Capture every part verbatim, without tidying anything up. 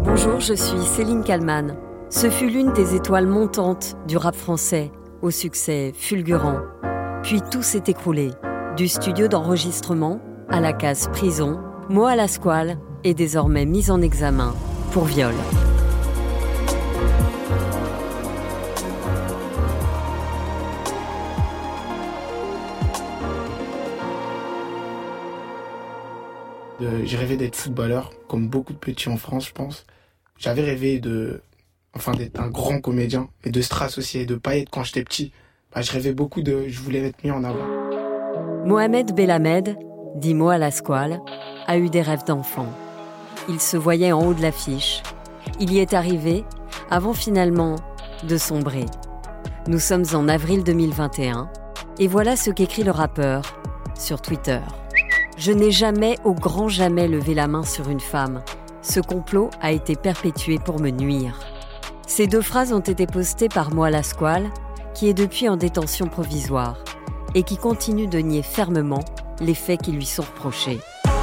Bonjour, je suis Céline Kallmann. Ce fut l'une des étoiles montantes du rap français, au succès fulgurant. Puis tout s'est écroulé. Du studio d'enregistrement à la case prison, Moa Lasquale est désormais mise en examen pour viol. De, j'ai rêvé d'être footballeur, comme beaucoup de petits en France, je pense. J'avais rêvé de, enfin, d'être un grand comédien et de se associer, de pas être quand j'étais petit. Bah, je rêvais beaucoup de, je voulais être mis en avant. Mohamed Belhamed, dit Moa Lasquale, a eu des rêves d'enfant. Il se voyait en haut de l'affiche. Il y est arrivé avant finalement de sombrer. Nous sommes en avril deux mille vingt et un et voilà ce qu'écrit le rappeur sur Twitter. Je n'ai jamais, au grand jamais, levé la main sur une femme. Ce complot a été perpétué pour me nuire. Ces deux phrases ont été postées par Moa Lasquale, qui est depuis en détention provisoire et qui continue de nier fermement les faits qui lui sont reprochés.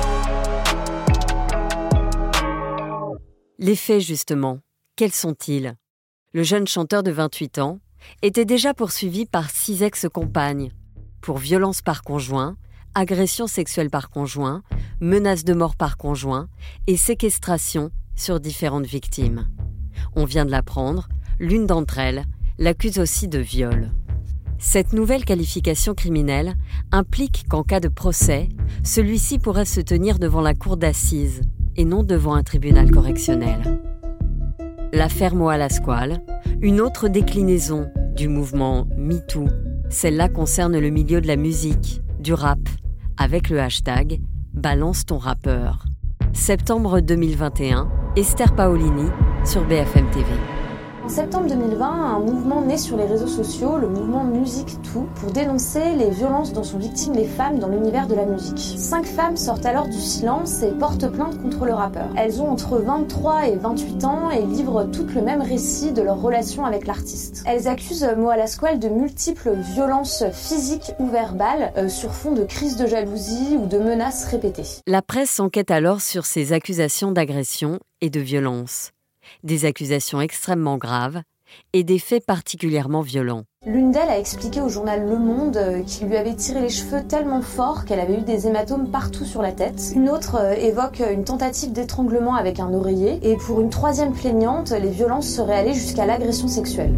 Les faits, justement, quels sont-ils ? Le jeune chanteur de vingt-huit ans était déjà poursuivi par six ex-compagnes pour violence par conjoint, agression sexuelle par conjoint, menace de mort par conjoint et séquestration sur différentes victimes. On vient de l'apprendre, l'une d'entre elles l'accuse aussi de viol. Cette nouvelle qualification criminelle implique qu'en cas de procès, celui-ci pourrait se tenir devant la cour d'assises et non devant un tribunal correctionnel. L'affaire Moa Lasquale, une autre déclinaison du mouvement MeToo, celle-là concerne le milieu de la musique, du rap, avec le hashtag « Balance ton rappeur ». Septembre deux mille vingt et un, Esther Paolini sur B F M T V. En septembre deux mille vingt, un mouvement naît sur les réseaux sociaux, le mouvement MusiqueToo, pour dénoncer les violences dont sont victimes les femmes dans l'univers de la musique. Cinq femmes sortent alors du silence et portent plainte contre le rappeur. Elles ont entre vingt-trois et vingt-huit ans et livrent toutes le même récit de leur relation avec l'artiste. Elles accusent Moa Lasquale de multiples violences physiques ou verbales euh, sur fond de crises de jalousie ou de menaces répétées. La presse enquête alors sur ces accusations d'agression et de violence. Des accusations extrêmement graves et des faits particulièrement violents. L'une d'elles a expliqué au journal Le Monde qu'il lui avait tiré les cheveux tellement fort qu'elle avait eu des hématomes partout sur la tête. Une autre évoque une tentative d'étranglement avec un oreiller. Et pour une troisième plaignante, les violences seraient allées jusqu'à l'agression sexuelle.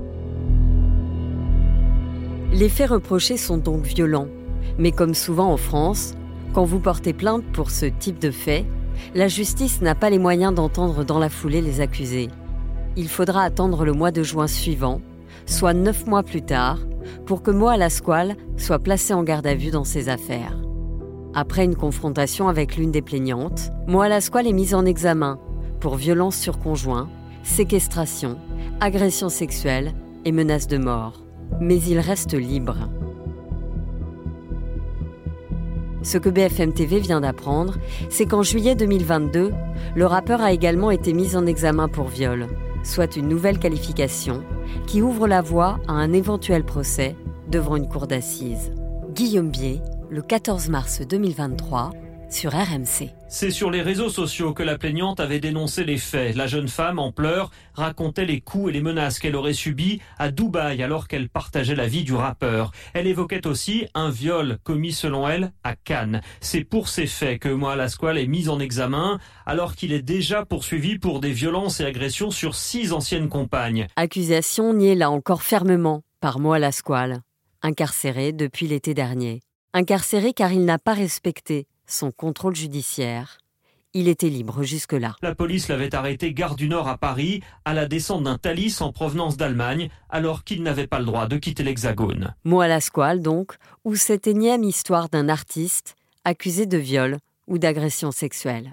Les faits reprochés sont donc violents. Mais comme souvent en France, quand vous portez plainte pour ce type de faits, la justice n'a pas les moyens d'entendre dans la foulée les accusés. Il faudra attendre le mois de juin suivant, soit neuf mois plus tard, pour que Moa Lasquale soit placée en garde à vue dans ces affaires. Après une confrontation avec l'une des plaignantes, Moa Lasquale est mise en examen pour violence sur conjoint, séquestration, agression sexuelle et menace de mort. Mais il reste libre. Ce que B F M T V vient d'apprendre, c'est qu'en juillet deux mille vingt-deux, le rappeur a également été mis en examen pour viol, soit une nouvelle qualification qui ouvre la voie à un éventuel procès devant une cour d'assises. Guillaume Bier, le quatorze mars deux mille vingt-trois, sur R M C. C'est sur les réseaux sociaux que la plaignante avait dénoncé les faits. La jeune femme, en pleurs, racontait les coups et les menaces qu'elle aurait subis à Dubaï alors qu'elle partageait la vie du rappeur. Elle évoquait aussi un viol commis selon elle à Cannes. C'est pour ces faits que Moa Lasquale est mise en examen alors qu'il est déjà poursuivi pour des violences et agressions sur six anciennes compagnes. Accusation niée là encore fermement par Moa Lasquale, incarcéré depuis l'été dernier. Incarcéré car il n'a pas respecté son contrôle judiciaire. Il était libre jusque-là. La police l'avait arrêté gare du Nord à Paris, à la descente d'un Thalys en provenance d'Allemagne, alors qu'il n'avait pas le droit de quitter l'Hexagone. Moa Lasquale donc, ou cette énième histoire d'un artiste accusé de viol ou d'agression sexuelle.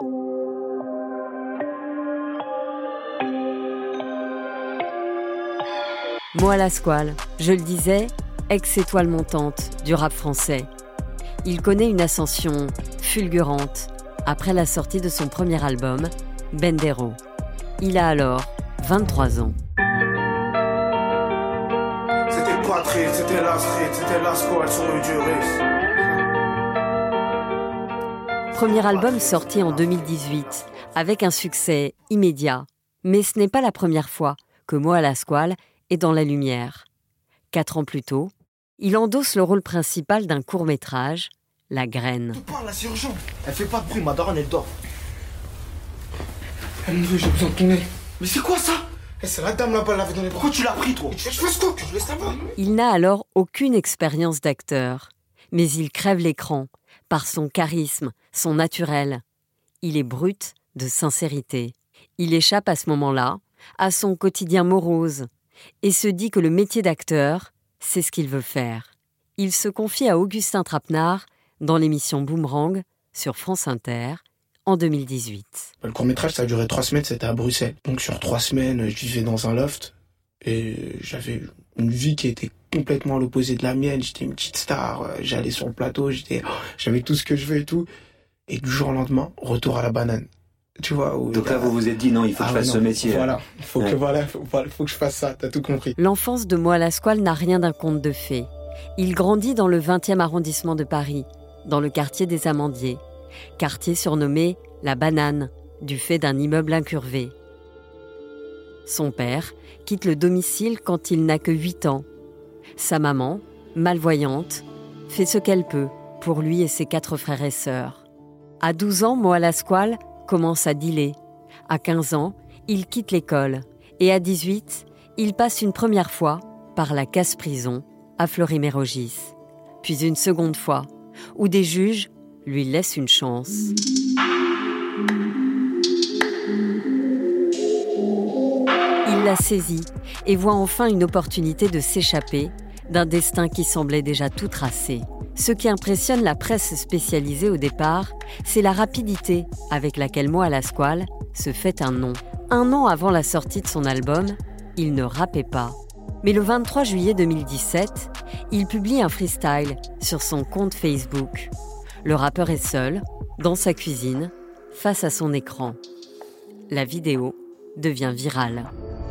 Moa Lasquale, je le disais, ex-étoile montante du rap français. Il connaît une ascension fulgurante après la sortie de son premier album, Bendero. Il a alors vingt-trois ans. C'était pas triste, c'était la street, c'était la squad sur le duriste. Premier album sorti en deux mille dix-huit, avec un succès immédiat. Mais ce n'est pas la première fois que Moa Lasquale est dans la lumière. Quatre ans plus tôt, il endosse le rôle principal d'un court-métrage, La Graine. Tu parles là, c'est urgent. Elle fait pas de bruit, ma daronne, elle dort. Eh mon Dieu, j'ai besoin de ton nez. Mais c'est quoi ça? Eh, c'est la dame là-bas, elle l'avait dans les bras. Pourquoi tu l'as pris, toi? Tu fais, je fais ce quoi? Je laisse là-bas. Il n'a alors aucune expérience d'acteur, mais il crève l'écran par son charisme, son naturel. Il est brut de sincérité. Il échappe à ce moment-là à son quotidien morose et se dit que le métier d'acteur, c'est ce qu'il veut faire. Il se confie à Augustin Trapenard dans l'émission Boomerang sur France Inter en deux mille dix-huit. Le court-métrage, ça a duré trois semaines, c'était à Bruxelles. Donc sur trois semaines, je vivais dans un loft et j'avais une vie qui était complètement à l'opposé de la mienne. J'étais une petite star, j'allais sur le plateau, j'étais, j'avais tout ce que je veux et tout. Et du jour au lendemain, retour à la banane. Tu vois, où donc là, vous vous êtes dit non, il faut ah, que je fasse non, ce métier. Voilà, faut ouais. que voilà, faut, faut que je fasse ça. T'as tout compris. L'enfance de Moa Lasquale n'a rien d'un conte de fées. Il grandit dans le vingtième arrondissement de Paris, dans le quartier des Amandiers, quartier surnommé la Banane, du fait d'un immeuble incurvé. Son père quitte le domicile quand il n'a que huit ans. Sa maman, malvoyante, fait ce qu'elle peut pour lui et ses quatre frères et sœurs. À douze ans, Moa Lasquale commence à dealer. À quinze ans, il quitte l'école. Et à dix-huit, il passe une première fois par la casse-prison à Fleury-Mérogis. Puis une seconde fois, où des juges lui laissent une chance. Il la saisit et voit enfin une opportunité de s'échapper d'un destin qui semblait déjà tout tracé. Ce qui impressionne la presse spécialisée au départ, c'est la rapidité avec laquelle Moa Lasquale se fait un nom. Un an avant la sortie de son album, il ne rappait pas. Mais le vingt-trois juillet deux mille dix-sept, il publie un freestyle sur son compte Facebook. Le rappeur est seul, dans sa cuisine, face à son écran. La vidéo devient virale.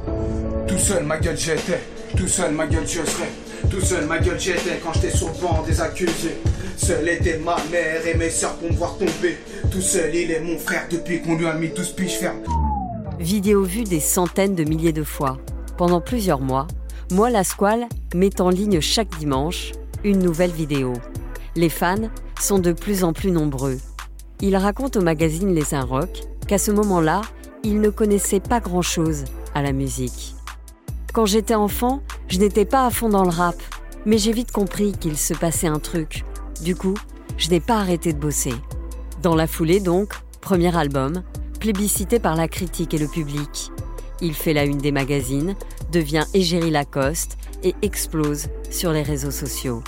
Tout seul, ma gueule, j'étais. Tout seul, ma gueule, je serai. Tout seul, ma gueule, j'étais quand j'étais sur le banc des accusés. Seul était ma mère et mes sœurs pour me voir tomber. Tout seul, il est mon frère depuis qu'on lui a mis douze piges fermes. Vidéo vue des centaines de milliers de fois. Pendant plusieurs mois, Moa Lasquale met en ligne chaque dimanche une nouvelle vidéo. Les fans sont de plus en plus nombreux. Il raconte au magazine Les Inrocks qu'à ce moment-là, il ne connaissait pas grand-chose à la musique. Quand j'étais enfant, je n'étais pas à fond dans le rap, mais j'ai vite compris qu'il se passait un truc. Du coup, je n'ai pas arrêté de bosser. Dans la foulée donc, premier album, plébiscité par la critique et le public. Il fait la une des magazines, devient Égérie Lacoste et explose sur les réseaux sociaux.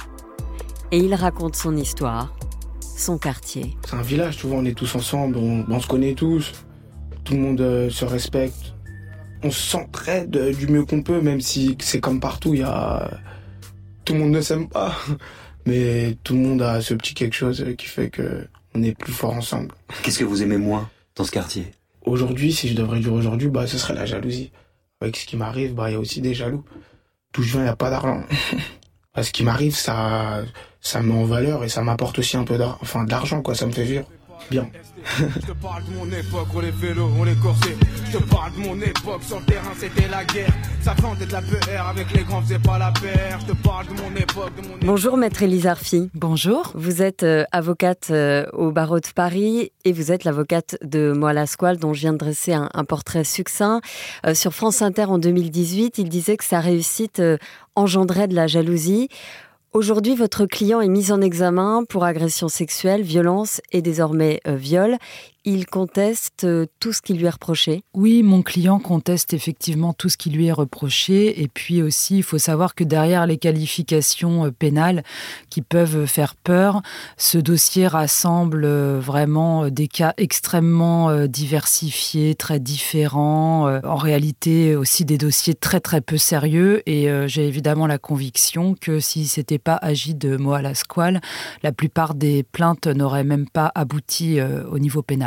Et il raconte son histoire, son quartier. C'est un village, tu vois, on est tous ensemble, on, on se connaît tous, tout le monde euh, se respecte. On s'entraide du mieux qu'on peut, même si c'est comme partout, il y a... tout le monde ne s'aime pas. Mais tout le monde a ce petit quelque chose qui fait qu'on est plus fort ensemble. Qu'est-ce que vous aimez moins dans ce quartier? Aujourd'hui, si je devrais dire aujourd'hui, bah, ce serait la jalousie. Avec ce qui m'arrive, bah, il y a aussi des jaloux. D'où je viens, il n'y a pas d'argent. Bah, ce qui m'arrive, ça, ça me met en valeur et ça m'apporte aussi un peu d'argent, enfin, de l'argent, quoi, ça me fait vivre bien. Je te parle de mon époque, on les vélos, on les corsait. Je te parle de mon époque, sur le terrain c'était la guerre. Ça vendait de la P R, avec les grands faisait pas la paire. Je te parle de mon époque, de mon époque. Bonjour Maître Élise Arfi. Bonjour. Vous êtes euh, avocate euh, au barreau de Paris et vous êtes l'avocate de Moa Lasquale dont je viens de dresser un, un portrait succinct. Euh, sur France Inter en deux mille dix-huit, il disait que sa réussite euh, engendrait de la jalousie. Aujourd'hui, votre client est mis en examen pour agression sexuelle, violence et désormais euh, viol. Il conteste euh, tout ce qui lui est reproché. Oui, mon client conteste effectivement tout ce qui lui est reproché. Et puis aussi, il faut savoir que derrière les qualifications euh, pénales qui peuvent faire peur, ce dossier rassemble euh, vraiment euh, des cas extrêmement euh, diversifiés, très différents. Euh, en réalité, aussi des dossiers très très peu sérieux. Et euh, j'ai évidemment la conviction que si c'était pas agi de Moa Lasquale, la plupart des plaintes n'auraient même pas abouti euh, au niveau pénal.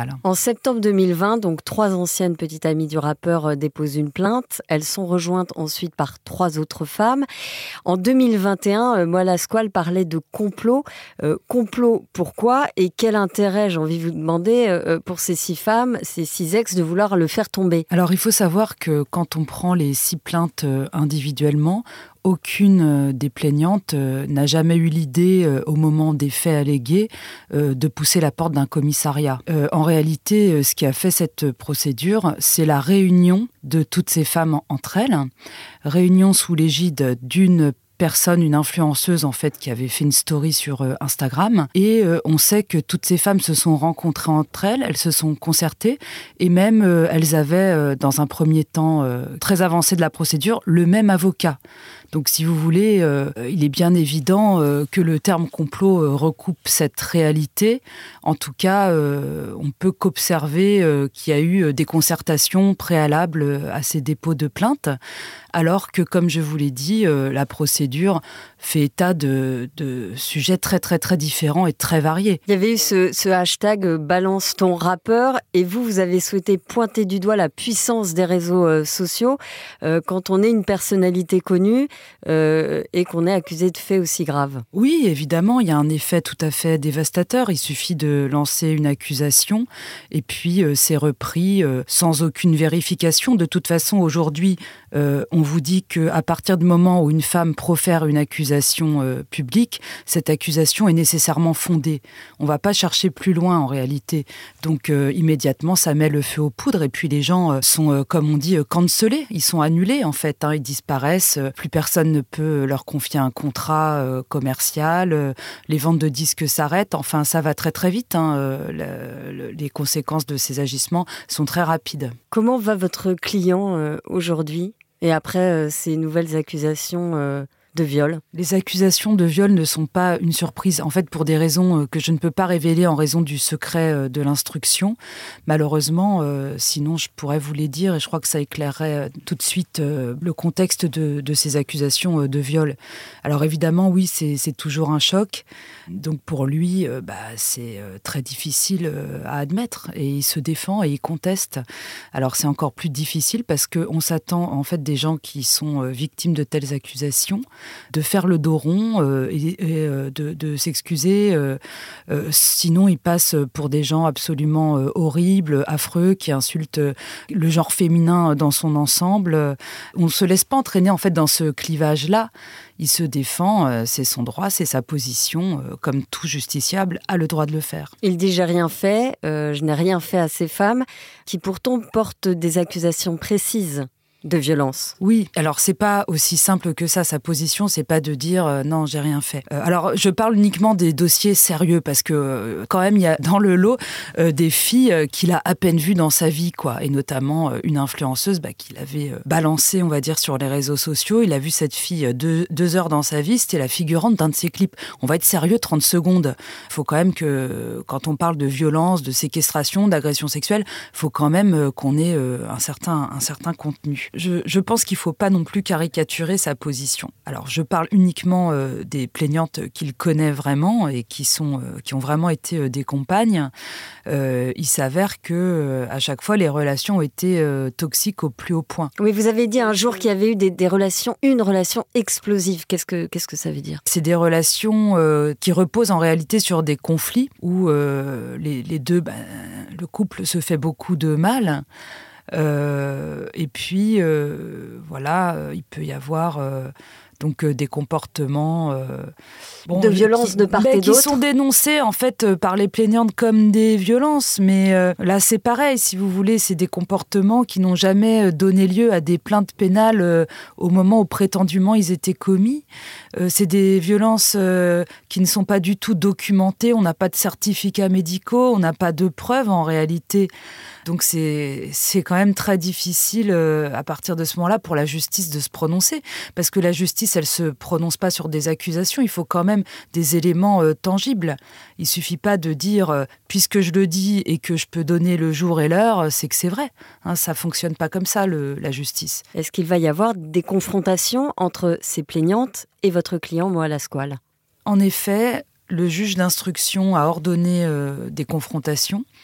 pénal. En septembre deux mille vingt, donc trois anciennes petites amies du rappeur déposent une plainte. Elles sont rejointes ensuite par trois autres femmes. En deux mille vingt et un, Moi la Squale parlait de complot. Euh, complot, pourquoi et quel intérêt, j'ai envie de vous demander, euh, pour ces six femmes, ces six ex, de vouloir le faire tomber? Alors il faut savoir que quand on prend les six plaintes individuellement, aucune des plaignantes n'a jamais eu l'idée, au moment des faits allégués, de pousser la porte d'un commissariat. En réalité, ce qui a fait cette procédure, c'est la réunion de toutes ces femmes entre elles, réunion sous l'égide d'une personne, une influenceuse en fait, qui avait fait une story sur euh, Instagram. Et euh, on sait que toutes ces femmes se sont rencontrées entre elles, elles se sont concertées, et même euh, elles avaient, euh, dans un premier temps euh, très avancé de la procédure, le même avocat. Donc, si vous voulez, euh, il est bien évident euh, que le terme complot euh, recoupe cette réalité. En tout cas, euh, on peut qu'observer euh, qu'il y a eu des concertations préalables à ces dépôts de plainte, alors que, comme je vous l'ai dit, euh, la procédure fait état de, de sujets très, très, très différents et très variés. Il y avait eu ce, ce hashtag euh, « Balance ton rappeur » et vous, vous avez souhaité pointer du doigt la puissance des réseaux euh, sociaux euh, quand on est une personnalité connue euh, et qu'on est accusé de faits aussi graves. Oui, évidemment, il y a un effet tout à fait dévastateur. Il suffit de lancer une accusation et puis euh, c'est repris euh, sans aucune vérification. De toute façon, aujourd'hui, euh, on vous dit qu'à partir du moment où une femme profère une accusation euh, publique, cette accusation est nécessairement fondée. On ne va pas chercher plus loin en réalité. Donc euh, immédiatement, ça met le feu aux poudres et puis les gens euh, sont, euh, comme on dit, euh, cancelés. Ils sont annulés en fait, hein, ils disparaissent. Plus personne ne peut leur confier un contrat euh, commercial. Euh, les ventes de disques s'arrêtent. Enfin, ça va très très vite. Hein, euh, le, le, les conséquences de ces agissements sont très rapides. Comment va votre client euh, aujourd'hui et après euh, ces nouvelles accusations euh de viol? Les accusations de viol ne sont pas une surprise, en fait, pour des raisons que je ne peux pas révéler en raison du secret de l'instruction. Malheureusement, euh, sinon je pourrais vous les dire et je crois que ça éclairerait tout de suite euh, le contexte de, de ces accusations de viol. Alors évidemment, oui, c'est, c'est toujours un choc. Donc pour lui, euh, bah, c'est euh, très difficile euh, à admettre et il se défend et il conteste. Alors c'est encore plus difficile parce qu'on s'attend en fait des gens qui sont euh, victimes de telles accusations de faire le dos rond euh, et, et euh, de, de s'excuser. Euh, euh, sinon, ils passent pour des gens absolument euh, horribles, affreux, qui insultent euh, le genre féminin dans son ensemble. On ne se laisse pas entraîner en fait dans ce clivage-là. Il se défend, euh, c'est son droit, c'est sa position. Euh, comme tout justiciable a le droit de le faire. Il dit « j'ai rien fait, euh, je n'ai rien fait à ces femmes » qui pourtant portent des accusations précises de violence. Oui, alors c'est pas aussi simple que ça. Sa position, c'est pas de dire euh, non, j'ai rien fait. Euh, alors je parle uniquement des dossiers sérieux parce que euh, quand même il y a dans le lot euh, des filles euh, qu'il a à peine vues dans sa vie, quoi. Et notamment euh, une influenceuse bah, qu'il avait euh, balancée, on va dire, sur les réseaux sociaux. Il a vu cette fille euh, deux, deux heures dans sa vie. C'était la figurante d'un de ses clips. On va être sérieux trente secondes. Il faut quand même que quand on parle de violence, de séquestration, d'agression sexuelle, il faut quand même euh, qu'on ait euh, un certain un certain contenu. Je, je pense qu'il ne faut pas non plus caricaturer sa position. Alors, je parle uniquement euh, des plaignantes qu'il connaît vraiment et qui, sont, euh, qui ont vraiment été euh, des compagnes. Euh, il s'avère que euh, à chaque fois, les relations ont été euh, toxiques au plus haut point. Oui, vous avez dit un jour qu'il y avait eu des, des relations, une relation explosive. Qu'est-ce que, qu'est-ce que ça veut dire ? C'est des relations euh, qui reposent en réalité sur des conflits où euh, les, les deux, ben, le couple se fait beaucoup de mal. Euh, et puis, euh, voilà, euh, il peut y avoir euh, donc euh, des comportements euh, bon, de violence qui, de part bah, et d'autre. Qui sont dénoncés en fait par les plaignantes comme des violences. Mais euh, là, c'est pareil, si vous voulez, c'est des comportements qui n'ont jamais donné lieu à des plaintes pénales euh, au moment où prétendument ils étaient commis. Euh, c'est des violences euh, qui ne sont pas du tout documentées. On n'a pas de certificats médicaux, on n'a pas de preuves en réalité. Donc c'est, c'est quand même très difficile euh, à partir de ce moment-là pour la justice de se prononcer. Parce que la justice, elle ne se prononce pas sur des accusations. Il faut quand même des éléments euh, tangibles. Il ne suffit pas de dire euh, « puisque je le dis et que je peux donner le jour et l'heure, c'est que c'est vrai hein, ». Ça ne fonctionne pas comme ça, le, la justice. Est-ce qu'il va y avoir des confrontations entre ces plaignantes et votre client, Moi la Squale ? En effet, le juge d'instruction a ordonné euh, des confrontations.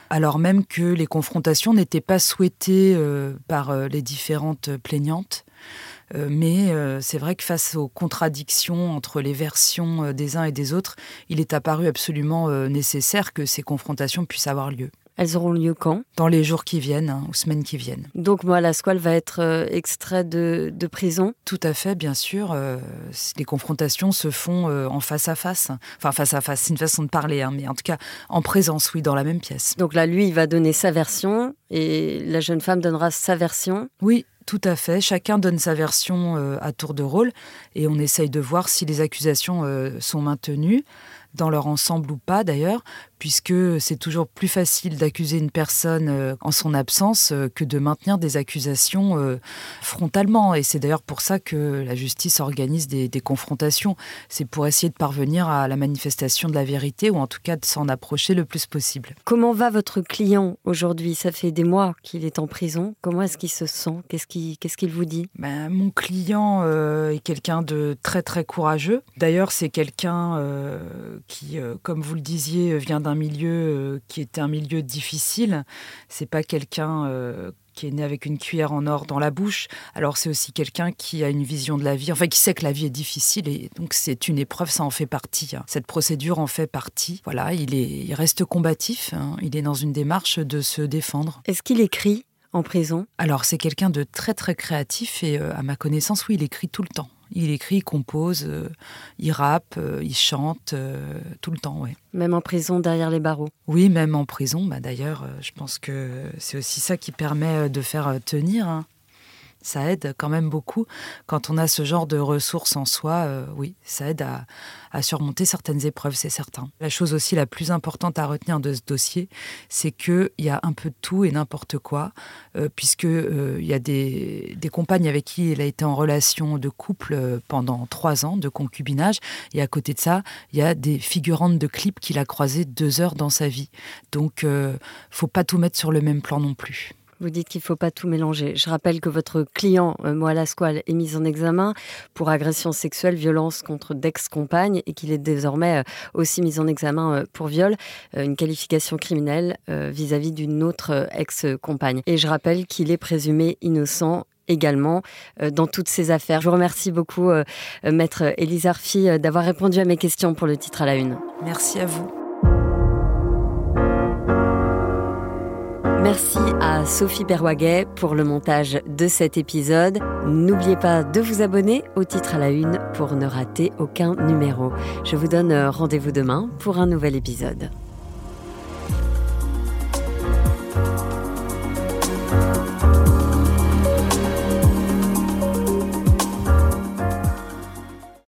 alors même que les confrontations n'étaient pas souhaitées euh, par euh, les différentes plaignantes. Euh, mais euh, c'est vrai que face aux contradictions entre les versions euh, des uns et des autres, il est apparu absolument euh, nécessaire que ces confrontations puissent avoir lieu. Elles auront lieu quand ? Dans les jours qui viennent, hein, aux semaines qui viennent. Donc Moala Squale va être euh, extrait de, de prison ? Tout à fait, bien sûr. Euh, les confrontations se font euh, en face à face. Enfin, face à face, c'est une façon de parler, hein, mais en tout cas en présence, oui, dans la même pièce. Donc là, lui, il va donner sa version et la jeune femme donnera sa version ? Oui, tout à fait. Chacun donne sa version euh, à tour de rôle et on essaye de voir si les accusations euh, sont maintenues, dans leur ensemble ou pas d'ailleurs, puisque c'est toujours plus facile d'accuser une personne euh, en son absence euh, que de maintenir des accusations euh, frontalement. Et c'est d'ailleurs pour ça que la justice organise des, des confrontations. C'est pour essayer de parvenir à la manifestation de la vérité, ou en tout cas de s'en approcher le plus possible. Comment va votre client aujourd'hui ? Ça fait des mois qu'il est en prison. Comment est-ce qu'il se sent ? Qu'est-ce qu'il, qu'est-ce qu'il vous dit ? Ben, mon client euh, est quelqu'un de très très courageux. D'ailleurs, c'est quelqu'un euh, qui, euh, comme vous le disiez, vient d'un milieu euh, qui était un milieu difficile. C'est pas quelqu'un euh, qui est né avec une cuillère en or dans la bouche. Alors c'est aussi quelqu'un qui a une vision de la vie, enfin qui sait que la vie est difficile et donc c'est une épreuve, ça en fait partie. Hein. Cette procédure en fait partie. Voilà, il est, il reste combatif. Hein. Il est dans une démarche de se défendre. Est-ce qu'il écrit en prison ? Alors c'est quelqu'un de très très créatif et euh, à ma connaissance, oui, il écrit tout le temps. Il écrit, il compose, euh, il rappe, euh, il chante, euh, tout le temps, oui. Même en prison, derrière les barreaux ? Oui, même en prison. Bah, d'ailleurs, euh, je pense que c'est aussi ça qui permet de faire euh, tenir. Hein. Ça aide quand même beaucoup. Quand on a ce genre de ressources en soi, euh, oui, ça aide à, à surmonter certaines épreuves, c'est certain. La chose aussi la plus importante à retenir de ce dossier, c'est qu'il y a un peu de tout et n'importe quoi, euh, puisqu'il euh, y a des, des compagnes avec qui il a été en relation de couple pendant trois ans, de concubinage, et à côté de ça, il y a des figurantes de clips qu'il a croisées deux heures dans sa vie. Donc, il euh, ne faut pas tout mettre sur le même plan non plus. Vous dites qu'il ne faut pas tout mélanger. Je rappelle que votre client, euh, Moala Squale, est mis en examen pour agression sexuelle, violence contre d'ex-compagnes et qu'il est désormais euh, aussi mis en examen euh, pour viol, euh, une qualification criminelle euh, vis-à-vis d'une autre euh, ex-compagne. Et je rappelle qu'il est présumé innocent également euh, dans toutes ces affaires. Je vous remercie beaucoup, euh, euh, Maître Élise Arfi, euh, d'avoir répondu à mes questions pour le titre à la une. Merci à vous. Merci à Sophie Berwaguet pour le montage de cet épisode. N'oubliez pas de vous abonner au titre à la une pour ne rater aucun numéro. Je vous donne rendez-vous demain pour un nouvel épisode.